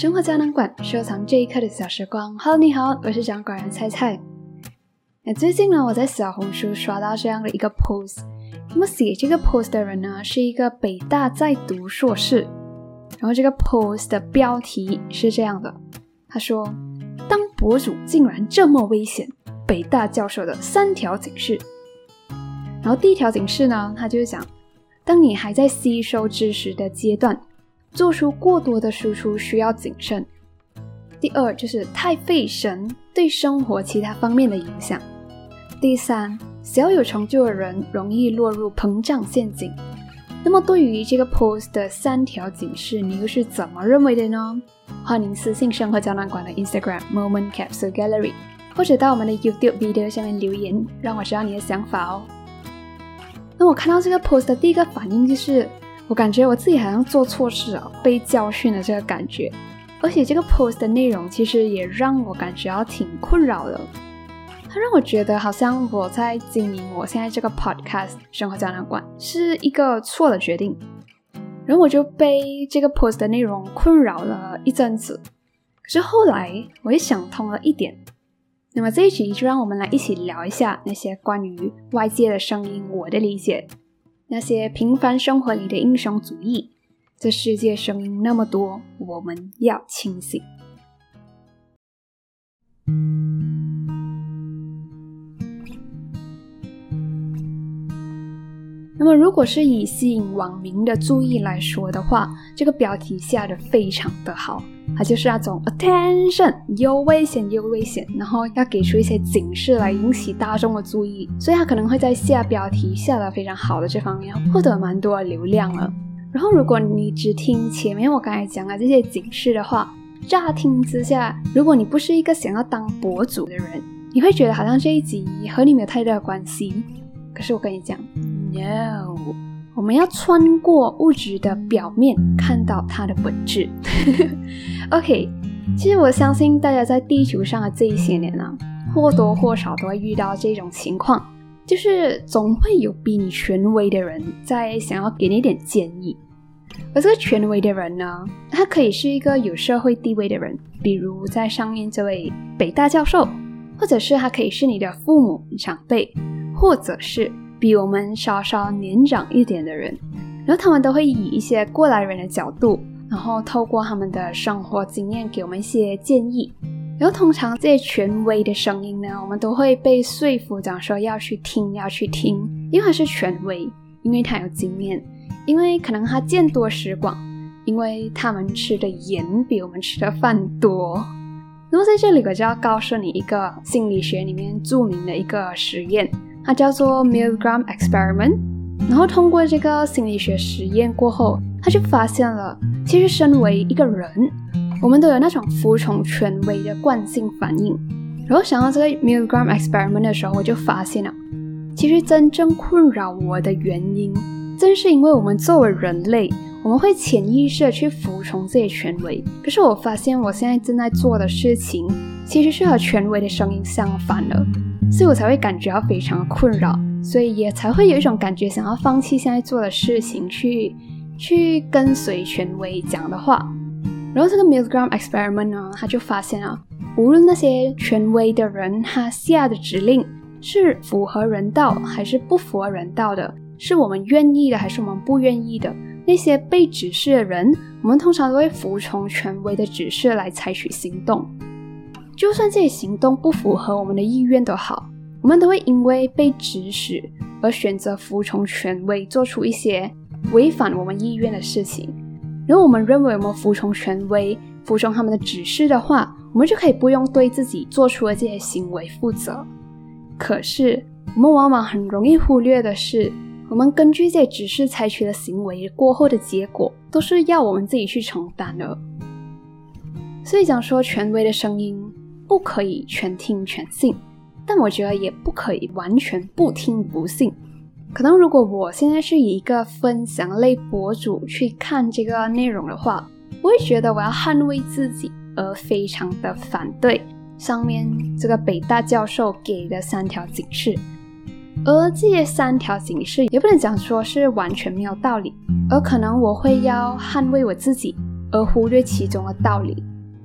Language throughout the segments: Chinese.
生活胶囊馆，收藏这一刻的小时光。Hello， 你好，我是掌管人菜菜。最近呢，我在小红书刷到这样的一个 post， 那么写这个 post 的人呢，是一个北大在读硕士。然后这个 post 的标题是这样的，他说：当博主竟然这么危险，北大教授的3条警示。然后第一条警示呢，他就是讲，当你还在吸收知识的阶段，做出过多的输出需要谨慎。第二就是太费神对生活其他方面的影响。第三，小有成就的人容易落入膨胀陷阱。那么对于这个 post 的3条警示，你又是怎么认为的呢？欢迎私信生活胶囊馆的 Instagram Moment Capsule Gallery， 或者到我们的 YouTube video 下面留言，让我知道你的想法哦。那我看到这个 post 的第一个反应就是，我感觉我自己好像做错事了，被教训的这个感觉。而且这个 post 的内容其实也让我感觉到挺困扰的，它让我觉得好像我在经营我现在这个 podcast 生活胶囊馆是一个错的决定，然后我就被这个 post 的内容困扰了一阵子。可是后来我也想通了一点，那么这一集就让我们来一起聊一下那些关于外界的声音我的理解，那些平凡生活里的英雄主义。这世界声音那么多，我们要清醒。那么如果是以吸引网民的注意来说的话，这个标题下的非常的好，它就是那种 attention 有危险有危险，然后要给出一些警示来引起大众的注意，所以它可能会在下标题下的非常好的这方面获得蛮多的流量了。然后如果你只听前面我刚才讲的这些警示的话，乍听之下，如果你不是一个想要当博主的人，你会觉得好像这一集和你没有太大的关系。可是我跟你讲 No， 我们要穿过物质的表面，看到它的本质OK， 其实我相信大家在地球上的这一些年啊，或多或少都会遇到这种情况，就是总会有比你权威的人在想要给你一点建议。而这个权威的人呢，他可以是一个有社会地位的人，比如在上面这位北大教授，或者是他可以是你的父母长辈，或者是比我们稍稍年长一点的人，然后他们都会以一些过来人的角度，然后透过他们的生活经验给我们一些建议。然后通常这些权威的声音呢，我们都会被说服讲说要去听，因为他是权威，因为他有经验，因为可能他见多识广，因为他们吃的盐比我们吃的饭多。那么在这里我就要告诉你一个心理学里面著名的一个实验，它叫做 Milgram Experiment。 然后通过这个心理学实验过后，他就发现了其实身为一个人，我们都有那种服从权威的惯性反应。然后想到这个 Milgram Experiment 的时候，我就发现了其实真正困扰我的原因，正是因为我们作为人类，我们会潜意识的去服从这些权威。可是我发现我现在正在做的事情其实是和权威的声音相反的，所以我才会感觉到非常的困扰，所以也才会有一种感觉想要放弃现在做的事情，去跟随权威讲的话。然后这个 Milgram Experiment 呢，他就发现啊，无论那些权威的人他下的指令是符合人道还是不符合人道的，是我们愿意的还是我们不愿意的，那些被指示的人，我们通常都会服从权威的指示来采取行动。就算这些行动不符合我们的意愿都好，我们都会因为被指使而选择服从权威，做出一些违反我们意愿的事情。然后我们认为我们服从权威，服从他们的指示的话，我们就可以不用对自己做出的这些行为负责。可是我们往往很容易忽略的是，我们根据这些指示采取的行为过后的结果都是要我们自己去承担的。所以讲说权威的声音不可以全听全信，但我觉得也不可以完全不听不信。可能如果我现在是以一个分享类博主去看这个内容的话，我会觉得我要捍卫自己，而非常的反对上面这个北大教授给的3条警示。而这些3条警示也不能讲说是完全没有道理，而可能我会要捍卫我自己，而忽略其中的道理。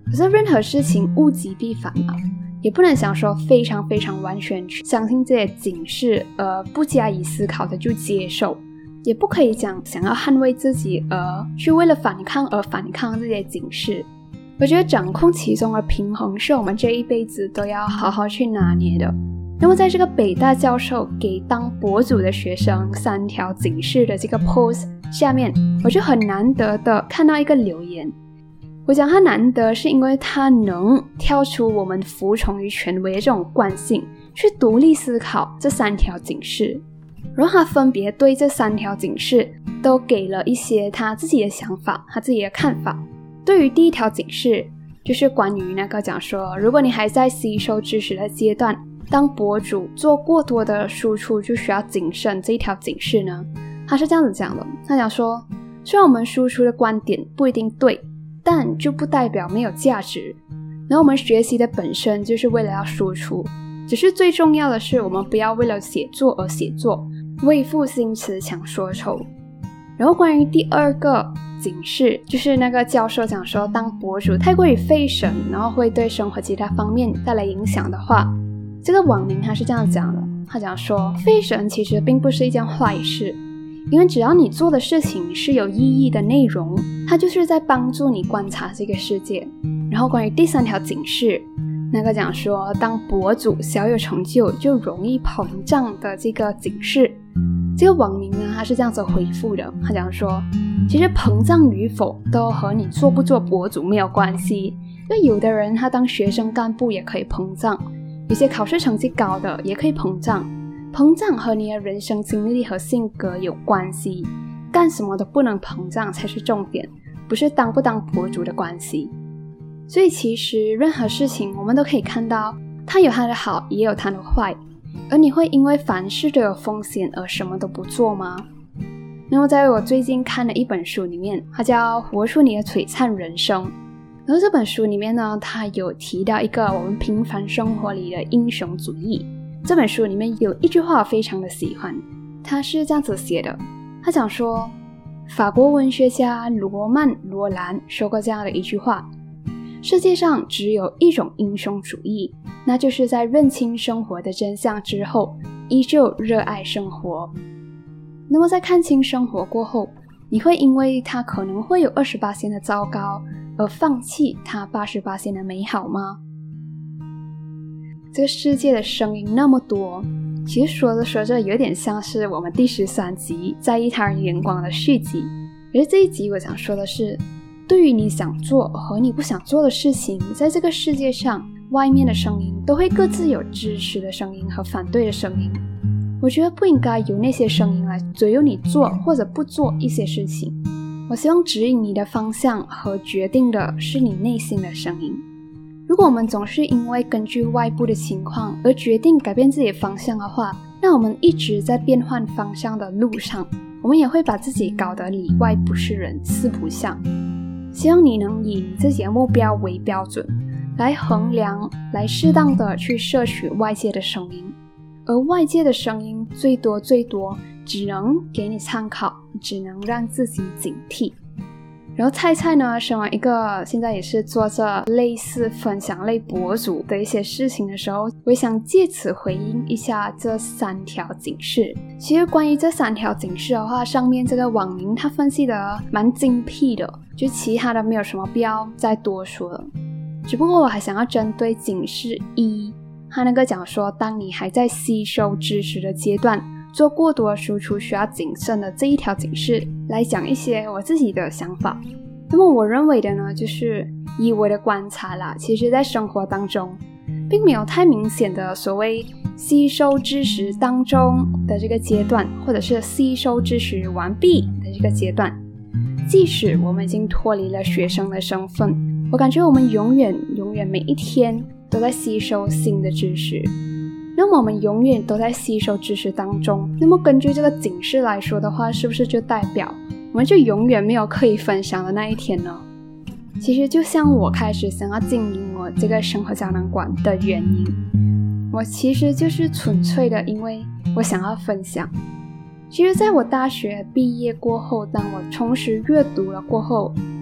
可是任何事情物极必反嘛，也不能想说非常非常完全去相信这些警示而不加以思考的就接受，也不可以讲想要捍卫自己而去为了反抗而反抗这些警示。我觉得掌控其中的平衡是我们这一辈子都要好好去拿捏的。那么在这个北大教授给当博主的学生3条警示的这个 post 下面，我就很难得的看到一个留言。我讲它难得是因为它能跳出我们服从于权威的这种惯性，去独立思考这3条警示，然后他分别对这3条警示都给了一些他自己的想法，他自己的看法。对于第一条警示，就是关于那个讲说，如果你还在吸收知识的阶段，当博主做过多的输出就需要谨慎，这一条警示呢，他是这样子讲的。他讲说，虽然我们输出的观点不一定对，但就不代表没有价值。然后我们学习的本身就是为了要输出，只是最重要的是我们不要为了写作而写作，为赋新词强说愁。然后关于第2个警示，就是那个教授讲说，当博主太过于费神，然后会对生活其他方面带来影响的话，这个网民他是这样讲的，他讲说，费神其实并不是一件坏事，因为只要你做的事情是有意义的内容，它就是在帮助你观察这个世界。然后关于第3条警示，那个讲说，当博主小有成就就容易膨胀的这个警示，这个网民呢，他是这样子回复的，他讲说，其实膨胀与否都和你做不做博主没有关系，因为有的人他当学生干部也可以膨胀，有些考试成绩高的也可以膨胀，膨胀和你的人生经历和性格有关系，干什么都不能膨胀才是重点，不是当不当博主的关系。所以其实任何事情我们都可以看到，它有它的好，也有它的坏。而你会因为凡事都有风险而什么都不做吗？那么在我最近看的一本书里面，它叫《活出你的璀璨人生》。然后这本书里面呢，它有提到一个我们平凡生活里的英雄主义。这本书里面有一句话我非常的喜欢，它是这样子写的，他讲说，法国文学家罗曼·罗兰说过这样的一句话，世界上只有一种英雄主义，那就是在认清生活的真相之后，依旧热爱生活。那么在看清生活过后，你会因为它可能会有 20% 的糟糕而放弃它 80% 的美好吗？这个世界的声音那么多，其实说着说着有点像是我们第13集在一摊阳光的续集。而这一集我想说的是，对于你想做和你不想做的事情，在这个世界上外面的声音都会各自有支持的声音和反对的声音。我觉得不应该由那些声音来左右你做或者不做一些事情。我希望指引你的方向和决定的是你内心的声音。如果我们总是因为根据外部的情况而决定改变自己的方向的话，那我们一直在变换方向的路上，我们也会把自己搞得里外不是人，四不像。希望你能以你自己的目标为标准，来衡量，来适当的去摄取外界的声音。而外界的声音最多只能给你参考，只能让自己警惕。然后菜菜呢，身为一个现在也是做着类似分享类博主的一些事情的时候，我也想借此回应一下这3条警示。其实关于这3条警示的话，上面这个网民他分析的蛮精辟的，就其他的没有什么必要再多说了。只不过我还想要针对警示1，他那个讲说，当你还在吸收知识的阶段，做过多的输出需要谨慎的这一条警示来讲一些我自己的想法。那么我认为的呢，就是以我的观察啦，其实在生活当中并没有太明显的所谓吸收知识当中的这个阶段，或者是吸收知识完毕的这个阶段。即使我们已经脱离了学生的身份，我感觉我们永远每一天都在吸收新的知识。那么我们永远都在吸收知识当中，那么根据这个警示来说的话，是不是就代表我们就永远没有可以分享的那一天呢？其实就像我开始想要经营我这个生活胶囊馆的原因，我其实就是纯粹的因为我想要分享。其实在我大学毕业过后，当我重拾阅读了过后，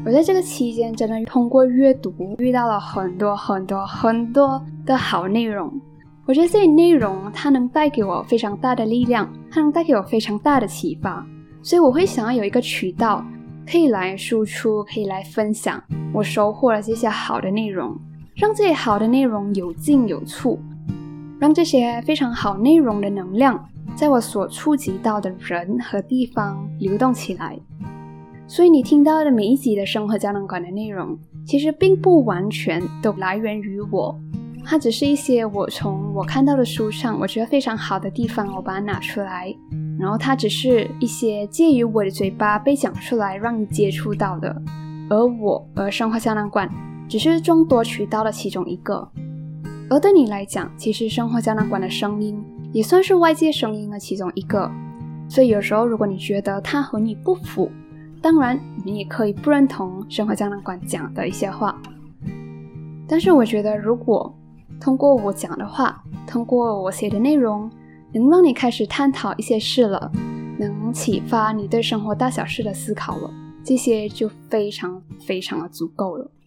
我在这个期间真的通过阅读遇到了很多的好内容。我觉得这些内容它能带给我非常大的力量，它能带给我非常大的启发，所以我会想要有一个渠道可以来输出，可以来分享我收获了这些好的内容，让这些好的内容有进有出，让这些非常好内容的能量在我所触及到的人和地方流动起来。所以你听到的每一集的生活胶囊馆的内容其实并不完全都来源于我，它只是一些我从我看到的书上我觉得非常好的地方，我把它拿出来，然后它只是一些介于我的嘴巴被讲出来让你接触到的，而生活胶囊馆只是众多渠道的其中一个。而对你来讲，其实生活胶囊馆的声音也算是外界声音的其中一个，所以有时候如果你觉得它和你不符，当然你也可以不认同生活胶囊馆讲的一些话，但是我觉得如果通过我讲的话，通过我写的内容，能让你开始探讨一些事了，能启发你对生活大小事的思考了，这些就非常的足够了。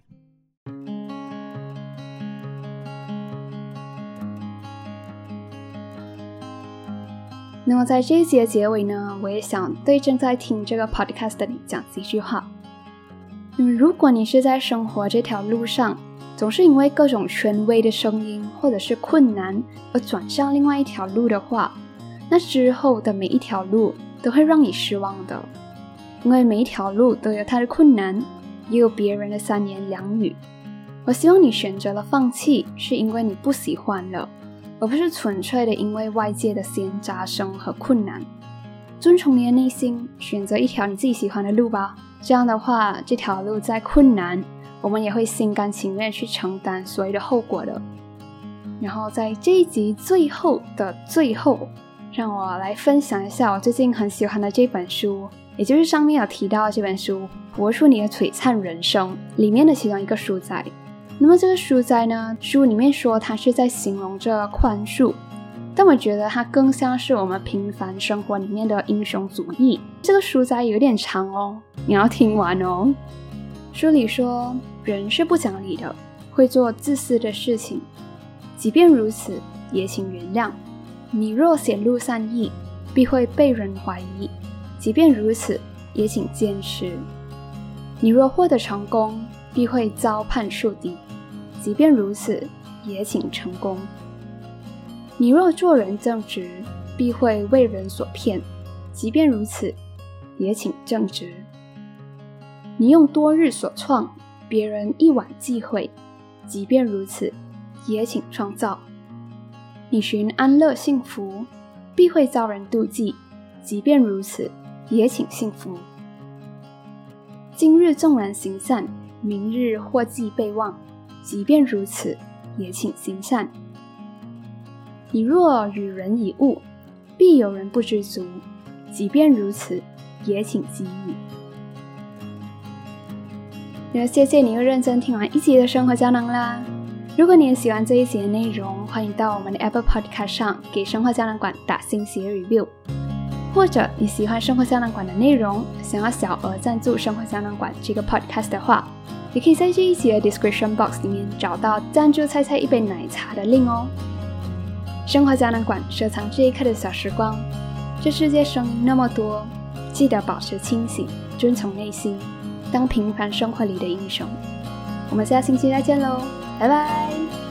那么在这一集的结尾呢，我也想对正在听这个 podcast 的你讲几句话。如果你是在生活这条路上总是因为各种权威的声音或者是困难而转向另外一条路的话，那之后的每一条路都会让你失望的，因为每一条路都有它的困难，也有别人的三言两语。我希望你选择了放弃是因为你不喜欢了，而不是纯粹的因为外界的闲杂声和困难。遵从你的内心，选择一条你自己喜欢的路吧，这样的话这条路再困难，我们也会心甘情愿去承担所有的后果的。然后在这一集最后的最后，让我来分享一下我最近很喜欢的这本书，也就是上面有提到的这本书《活出你的璀璨人生》里面的其中一个书斋。那么这个书斋呢，书里面说它是在形容着宽恕，但我觉得它更像是我们平凡生活里面的英雄主义。这个书斋有点长哦，你要听完哦。书里说，人是不讲理的，会做自私的事情，即便如此也请原谅。你若显露善意，必会被人怀疑，即便如此也请坚持。你若获得成功，必会遭判树敌，即便如此也请成功。你若做人正直，必会为人所骗，即便如此也请正直。你用多日所创，别人一晚即毁，即便如此也请创造。你寻安乐幸福，必会遭人妒忌，即便如此也请幸福。今日纵然行善，明日或既被忘，即便如此也请行善。你若与人以物，必有人不知足，即便如此也请给予。那谢谢你又认真听完一集的生活胶囊啦。如果你也喜欢这一集的内容，欢迎到我们的 Apple Podcast 上给生活胶囊馆打星写 review， 或者你喜欢生活胶囊馆的内容，想要小额赞助生活胶囊馆这个 podcast 的话，也可以在这一集的 description box 里面找到赞助菜菜一杯奶茶的 link 哦。生活胶囊馆收藏这一刻的小时光，这世界声音那么多，记得保持清醒，遵从内心，当平凡生活里的英雄。我们下星期再见喽，拜拜。